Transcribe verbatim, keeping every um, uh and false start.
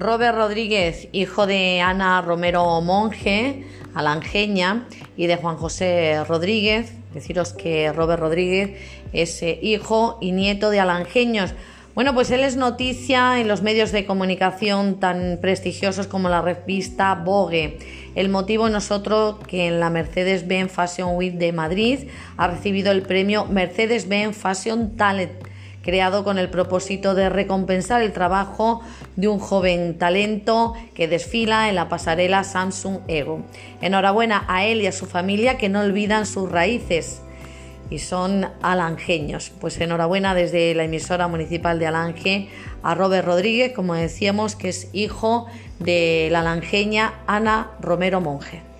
Robert Rodríguez, hijo de Ana Romero Monge, alangeña, y de Juan José Rodríguez. Deciros que Robert Rodríguez es eh, hijo y nieto de alangeños. Bueno, pues él es noticia en los medios de comunicación tan prestigiosos como la revista Vogue. El motivo no es otro que en la Mercedes-Benz Fashion Week de Madrid ha recibido el premio Mercedes-Benz Fashion Talent, creado con el propósito de recompensar el trabajo de un joven talento que desfila en la pasarela Samsung Ego. Enhorabuena a él y a su familia, que no olvidan sus raíces y son alangeños. Pues enhorabuena desde la emisora municipal de Alange a Robert Rodríguez, como decíamos, que es hijo de la alangeña Ana Romero Monge.